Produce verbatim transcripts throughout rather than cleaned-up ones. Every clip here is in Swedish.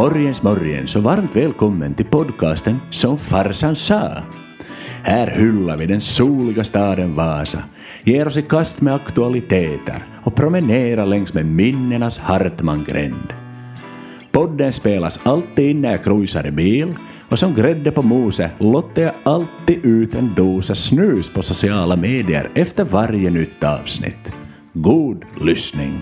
Morgens, morgens och varmt välkommen till podcasten Som farsan sa. Här hyllar vi den soliga staden Vasa, ger oss i kast med aktualiteter och promenerar längs med minnenas Hartmanngränd. Podden spelas alltid in när jag cruisar i bil och som grädde på mose låter jag alltid ut en dosa snus på sociala medier efter varje nytt avsnitt. God lyssning!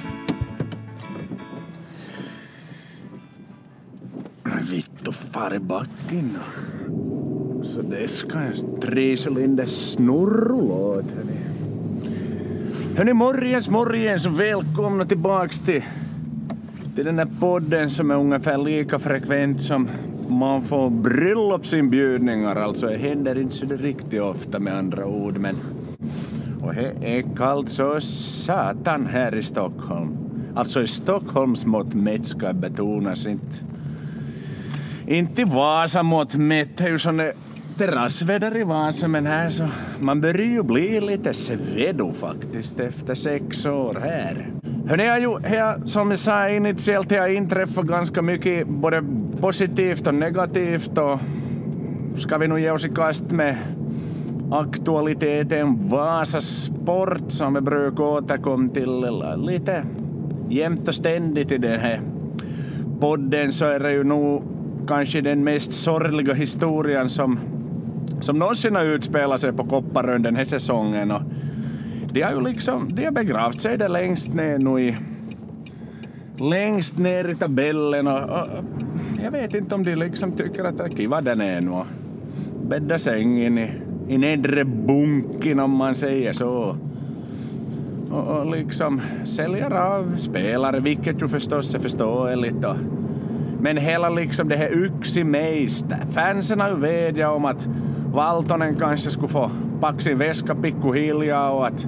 Vittu far i backen. Så det ska en trecylinders snurrolåt. Hörni. Hörni, morgens, morgens och välkomna tillbaks till, till den här podden som är ungefär lika frekvent som man får bröllopsinbjudningar. Alltså det händer inte så det riktigt ofta med andra ord. Men, och det är kallt så satan här i Stockholm. Alltså i Stockholms mått mätt ska betonas inte. Inte i Vasa mått mätt. Det är ju sån terrassväder i Vasa, men här så man börjar ju bli lite svedo faktiskt efter sex år här. Hörrni, jag, ju, jag, som jag sa initiellt, jag har inträffat ganska mycket både positivt och negativt, och ska vi nu ge oss i kast med aktualiteten Vasa Sport som vi brukar återkomma till lite jämt och ständigt i den här podden, så är det ju nog kanske den mest sorgliga historien som, som någonsin har utspelat sig på Kopparön den här säsongen. Och de har ju liksom, de har begravt sig där längst ner nu i, längst ner i tabellen. Och, och, jag vet inte om de liksom tycker att det är kiva den är nu. Bädda sängen i, i nedre bunken, om man säger så. Och, och liksom säljer av spelare, vilket ju förstås är förståeligt. Och men hela liksom det här yksimeistä. Fansen har ju vädjat om att Valtonen kanske skulle få packa sin väska pikkuhiljaa och att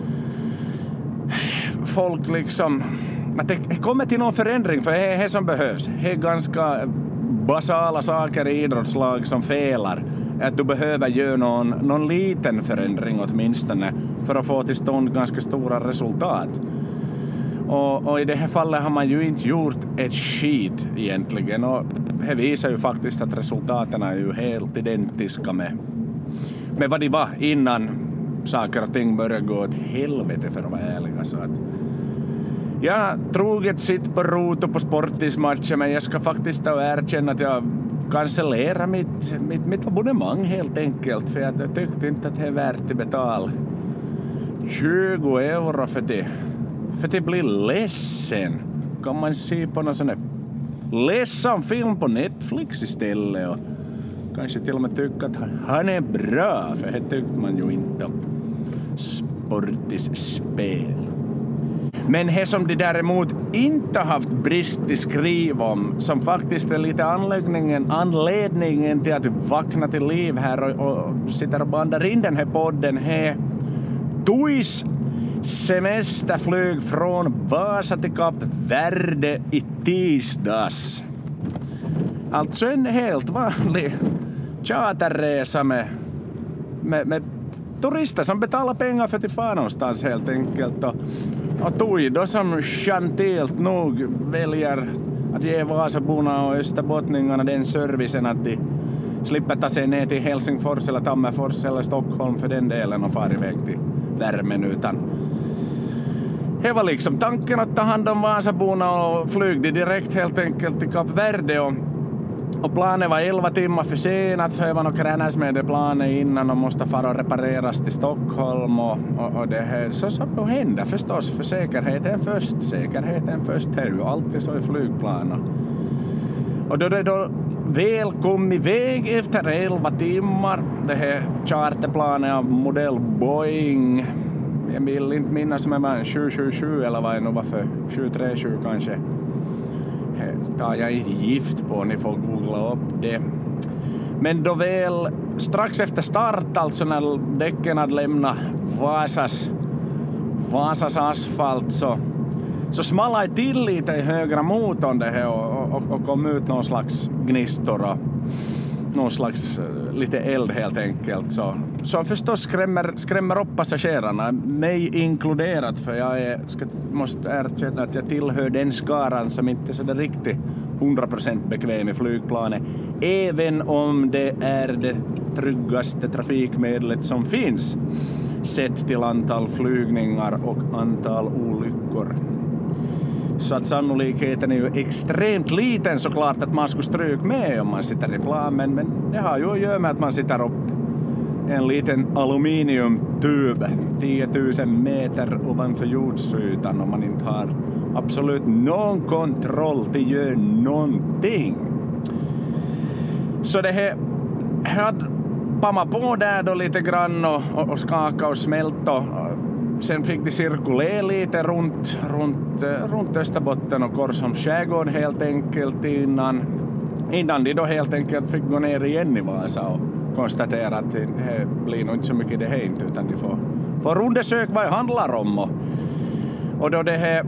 folk liksom, att det kommer till någon förändring, för det är det som behövs. Det är ganska basala saker i idrottslag som felar. Att du behöver göra någon, någon liten förändring åtminstone för att få till stånd ganska stora resultat. Och, och i det här fallet har man ju inte gjort ett skit egentligen, och det visar ju faktiskt att resultaten är ju helt identiska med, med vad de var innan saker och ting började gå åt helvete, för att vara ärliga. Så att jag troget sitt på rot och på sportismatcher, men jag ska faktiskt då erkänna att jag cancellerar mitt, mitt, mitt abonnemang helt enkelt, för jag tyckte inte att det är värt att betala tjugo euro för det. För det blir ledsen. Kan man se på någon sån här ledsam film på Netflix istället, och kanske till och med tycka att han är bra, för det tyckte man ju inte om sportisspel. Men det som de däremot inte haft brist i skriv om, som faktiskt är lite anledningen, anledningen till att vakna till liv här och, och sitter och bandar in den här podden, är Tuis semesterflyg från Vasa till Kap Verde i tisdags. Alltså en helt vanlig charterresa med, med, med turister som betalar pengar för att fara någonstans helt enkelt. Och, och Tui då som gentilt nog väljer att ge Vasaborna och österbottningarna den servicen att de slipper ta sig ner till Helsingfors eller Tammerfors eller Stockholm för den delen och fara iväg till värmen, utan det var liksom tanken att ta hand om Vasaborna och flygde direkt helt enkelt till Kap Verde, och, och planen var elva timmar försenat, för det var något kränäs med det planet innan och måste fara och repareras till Stockholm, och, och, och det här, så som då händer förstås, för säkerheten först, säkerheten först, det är ju alltid så i flygplan. Och då det då väl kom iväg efter elva timmar, det här charterplanet av modell Boeing, jag vill inte minnas som är sju sju sju eller vad det nu var för, sju tre sju kanske. Det tar jag inte gift på, ni får googla upp det. Men då väl strax efter start, alltså när däcken hade lämnat Vasas, Vasas asfalt, så, så smallade det till lite i högra motorn det här, och, och, och kom ut någon slags gnistor och någon slags lite eld helt enkelt, så, som förstås skrämmer, skrämmer upp passagerarna, mig inkluderat, för jag är, ska, måste erkänna att jag tillhör den skaran som inte så där riktigt hundra procent bekväm i flygplanet, även om det är det tryggaste trafikmedlet som finns sett till antal flygningar och antal olyckor. Så att sannolikheten är ju extremt liten såklart att man skulle stryka med om man sitter i plan, men, men det har ju att göra med att man sitter upp en liten aluminiumtub tio tusen meter ovanför jordsytan och man inte har absolut någon kontroll till att göra någonting. Så det här hade pammat på där då lite grann och, och, och skaka och smälta och sen fick de cirkulera lite runt, runt, runt Österbotten och Korsholms skärgård helt enkelt innan, innan de då helt enkelt fick gå ner igen i Vasa och konstatera att det blir nog inte så mycket det här inte, utan de får, får undersöka vad det handlar om. Och, och då det här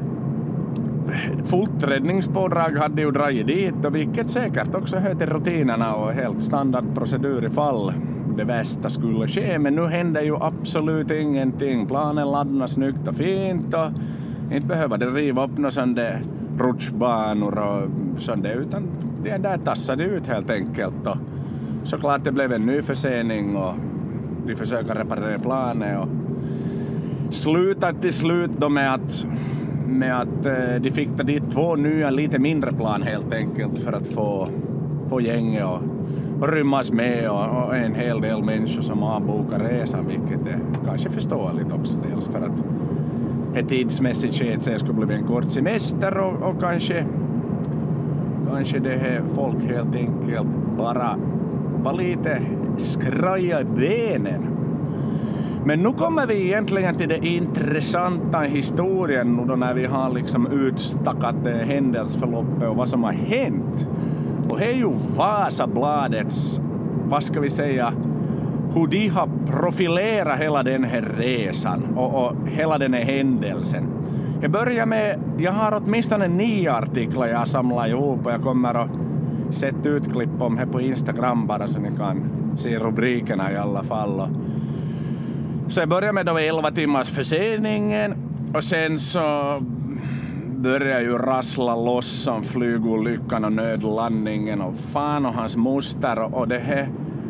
fullt räddningspådrag hade ju dragit dit, och vilket säkert också hör till rutinerna och helt standardprocedur ifall det värsta skulle ske. Men nu händer ju absolut ingenting. Planen laddar snyggt och fint och inte behöver det riva upp några sådana rutschbanor och sådant, utan det där tassade ut helt enkelt. Och såklart det blev en ny försening och de försöker reparera planet och slutar till slut då med att med att eh, de fick ta dit två nya lite mindre plan helt enkelt för att få, få gänget och, och rymmas med och, och en hel del människor som avbokar resan, vilket är kanske förståeligt också, dels för att ett tidsmässigt skede skulle bli en kort semester och, och kanske kanske det här folk helt enkelt bara var lite skraja i benen. Men nu kommer vi egentligen till det intressanta historien nu då när vi har liksom utstackat händelseförloppet och vad som har hänt. Och det är ju Vasabladets, vad ska vi säga, hur de har profilerat hela den här resan och, och hela den här händelsen. Jag börjar med, jag har åtminstone nio artiklar jag samlar ihop och jag kommer att sätta ut klipp om här på Instagram bara så ni kan se rubrikerna i alla fall. Så jag börjar med då elva timmars förseningen och sen så börjar ju rassla loss om flygolyckan och nödlandningen och fan och hans moster och, och det här.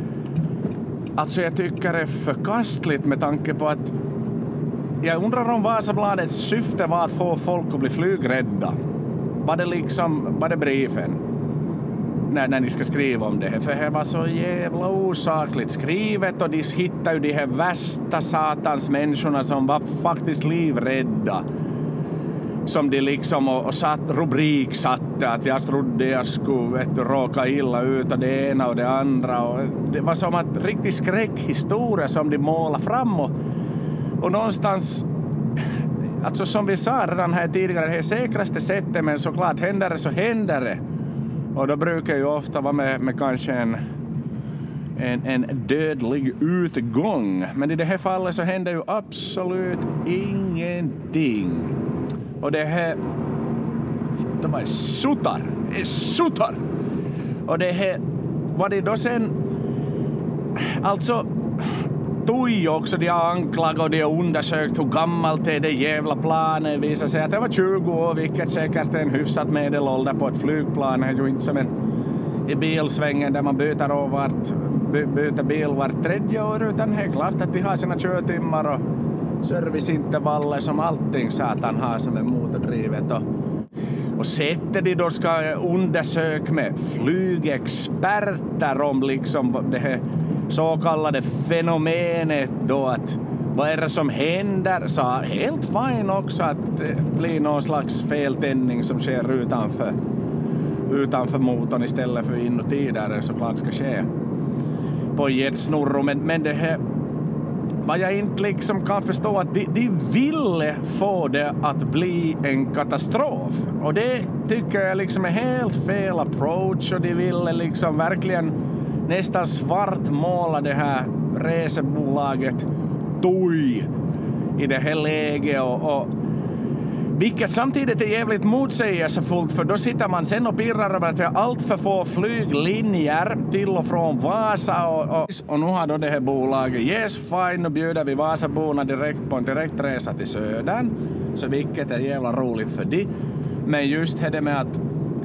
Alltså jag tycker det är förkastligt med tanke på att jag undrar om Vasabladets syfte var att få folk att bli flygrädda. Var det liksom, var det briefen? När, när ni ska skriva om det här. För det var så jävla osakligt skrivet och de hittade ju de här värsta satans människorna som var faktiskt livrädda. Som de liksom och, och satt, rubrik satte att jag trodde jag skulle vet du, råka illa ut av det ena och det andra. Och det var som att riktigt skräckhistoria som de målade fram och, och någonstans, alltså som vi sa redan här tidigare, det är säkraste sättet, men såklart händer det så händer det. Och då brukar ju ofta vara med, med kanske en, en, en dödlig utgång. Men i det här fallet så händer ju absolut ingenting. Och det här, det var suttar, det är suttar. Och det här, var det då sen, alltså tog ju också de har anklagat och de har undersökt hur gammalt är det jävla planet. Visar sig att det var tjugo år, vilket säkert är en hyfsat medelålder på ett flygplan. Det är ju inte som en i bilsvängen där man byter, av vart, by, byter bil vart tredje år, utan det är klart att de har sina körtimmar och serviceintervaller som allting satan har som är motordrivet. Och, och sättet de då ska undersöka med flygexperter om liksom det här så kallade fenomenet då att vad är det som händer, så helt fine också att det blir någon slags feltändning som sker utanför utanför motorn istället för inuti där det såklart ska ske på jetsnurro, men, men det här vad jag inte liksom kan förstå att de, de ville få det att bli en katastrof och det tycker jag liksom är helt fel approach och de ville liksom verkligen nästan svartmåla det här resebolaget Tui i det här läget och, och vilket samtidigt är jävligt motsägelsefullt för då sitter man sen och pirrar över att det är allt för få flyglinjer till och från Vasa och, och, och nu har då det här bolaget yes fine, nu bjuder vi Vasaborna direkt på en direktresa till södern så vilket är jävla roligt för de, men just det med att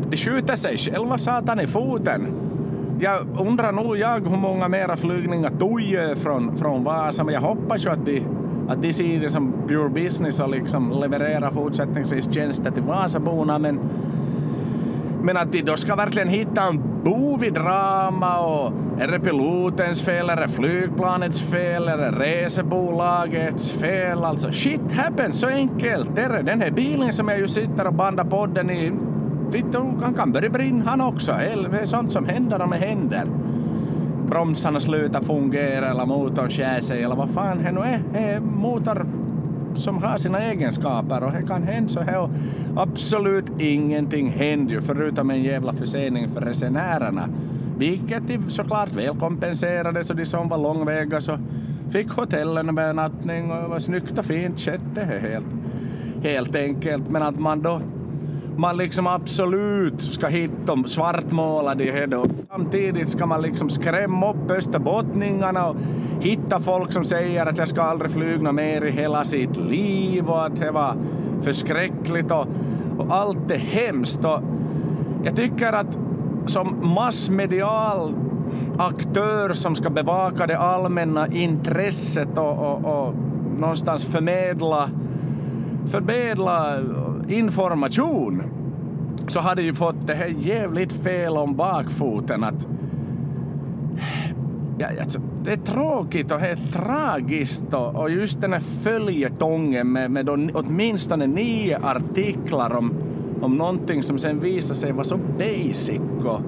de skjuter sig själva satan i foten. Jag undrar nog jag hur många mera flygningar tog jag från, från Vasa, men jag hoppas ju att de, att de ser det som pure business och liksom levererar fortsättningsvis tjänster till Vasaborna, men Men att de då ska verkligen hitta en bov i drama, och är det pilotens fel, är det flygplanets fel, är det resebolagets fel? Alltså, shit happens, så enkelt. Det är den här bilen som jag ju sitter och bandar podden i. Han kan börja brinna han också. Det är sånt som händer om det händer. Bromsarna slutar fungera eller motorn skär sig eller vad fan det nu är. Det är motor som har sina egenskaper, och det kan hända så här. Absolut ingenting händer ju förutom en jävla försening för resenärerna. Vilket de såklart välkompenserade, så de som var långväga så fick hotellen med benattning och var snyggt och fint skett. Det är helt, helt enkelt. Men att man då man liksom absolut ska hitta och svartmåla det här då. Samtidigt ska man liksom skrämma upp österbottningarna och hitta folk som säger att jag ska aldrig flyga mer i hela sitt liv och att det var förskräckligt och, och allt är hemskt. Och jag tycker att som massmedial aktör som ska bevaka det allmänna intresset och, och, och någonstans förmedla förmedla information, så hade ju fått det här jävligt fel om bakfoten att ja, alltså, det är tråkigt och helt tragiskt och, och just den här följetongen med, med då, åtminstone nio artiklar om, om någonting som sen visar sig vara så basic och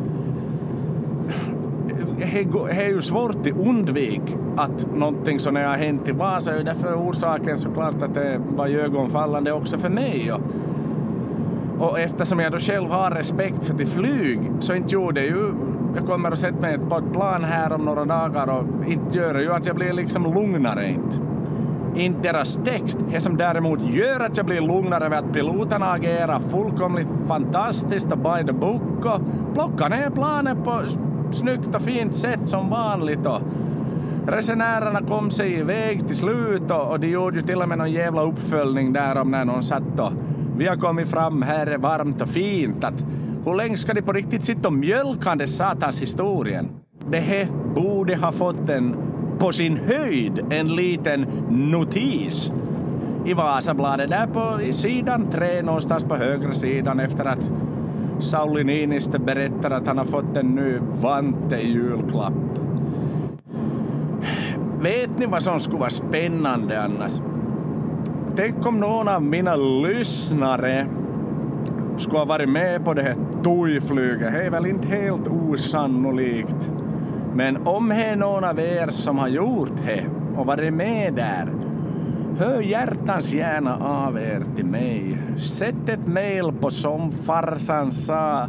det är ju svårt att undvika att någonting som har hänt i Vasa, och därför är orsaken såklart att det var ögonfallande också för mig. Och, och eftersom jag då själv har respekt för till flyg, så inte gjorde det ju, jag kommer att sätta mig på ett plan här om några dagar och inte gör det ju att jag blir liksom lugnare inte. Inte deras text, det som däremot gör att jag blir lugnare vid att piloterna agerar fullkomligt fantastiskt och by the book och plockar ner planet på snyggt och fint sätt som vanligt, och resenärerna kom sig iväg till slut och, och de gjorde ju till och med någon jävla uppföljning där om när någon satt och vi har kommit fram, här är varmt och fint, att hur länge ska de på riktigt sitta och mjölka den satans historien? Det här borde ha fått en på sin höjd en liten notis i Vasabladet där på i sidan tre någonstans på högra sidan, efter att Sauli Niinistö berättar att han har fått en ny vante i julklapp. Vet ni vad som skulle vara spännande annars? Tänk om någon av mina lyssnare skulle ha varit med på det här tojflyget. Det är väl inte helt osannolikt. Men om det är någon av er som har gjort det och varit med där, hör hjärtans gärna av er till mig. Sätt ett mail på som farsan sa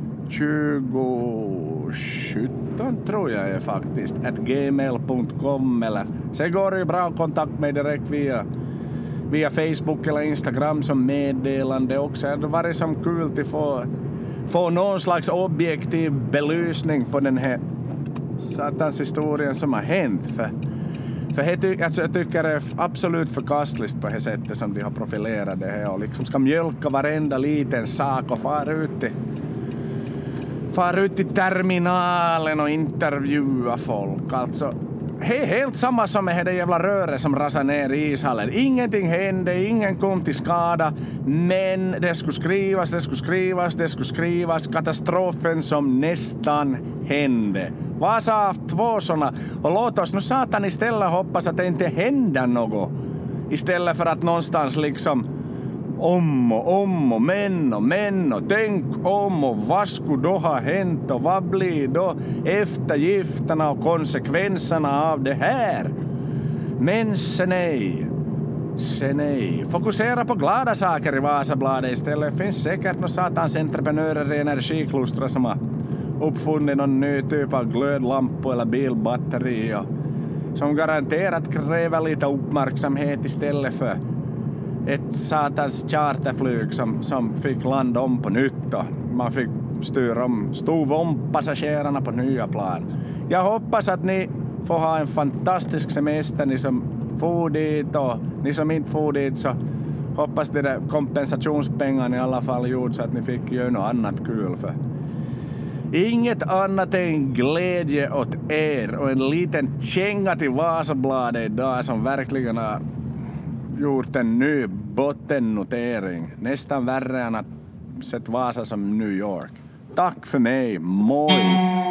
tjugo sjutton tror jag är faktiskt at gmail punkt com, eller så går det bra att kontakta mig direkt via via Facebook eller Instagram som meddelande också. Det har varit som kul att få få någon slags objektiv belysning på den här satans historien som har hänt, för För jag, alltså, jag tycker det är absolut förkastligt på det sättet som de har profilerat det här och liksom ska mjölka varenda liten sak och fara ut i, fara ut i terminalen och intervjua folk. Alltså, det är helt samma som med det jävla röret som rasade ner i ishallen. Ingenting hände, ingen kom till skada, men det skulle skrivas, det skulle skrivas, det skulle skrivas. Katastrofen som nästan hände. Vasa har haft två såna, och låt oss nu satan istället hoppas att det inte händer något. Istället för att någonstans liksom om och om och men och men och tänk om och vad skulle då ha hänt och vad blir då eftergifterna och konsekvenserna av det här. Men se nej, se nej. Fokusera på glada saker i Vasabladet istället. Det finns säkert några satans entreprenörer i energiklustra som har uppfunnit någon ny typ av glödlampo eller bilbatteri och som garanterat kräver lite uppmärksamhet istället för ett satans charterflyg som, som fick landa om på nytt och man fick styra om, stuva om passagerarna på nya plan. Jag hoppas att ni får ha en fantastisk semester, ni som får dit, och ni som inte får dit så hoppas det där kompensationspengarna i alla fall gjort så att ni fick göra något annat kul för. Inget annat än glädje åt er och en liten känga till Vasabladet idag som verkligen har gjort en ny bottennotering. Nästan värre än att sett Vasa som New York. Tack för mig, moi!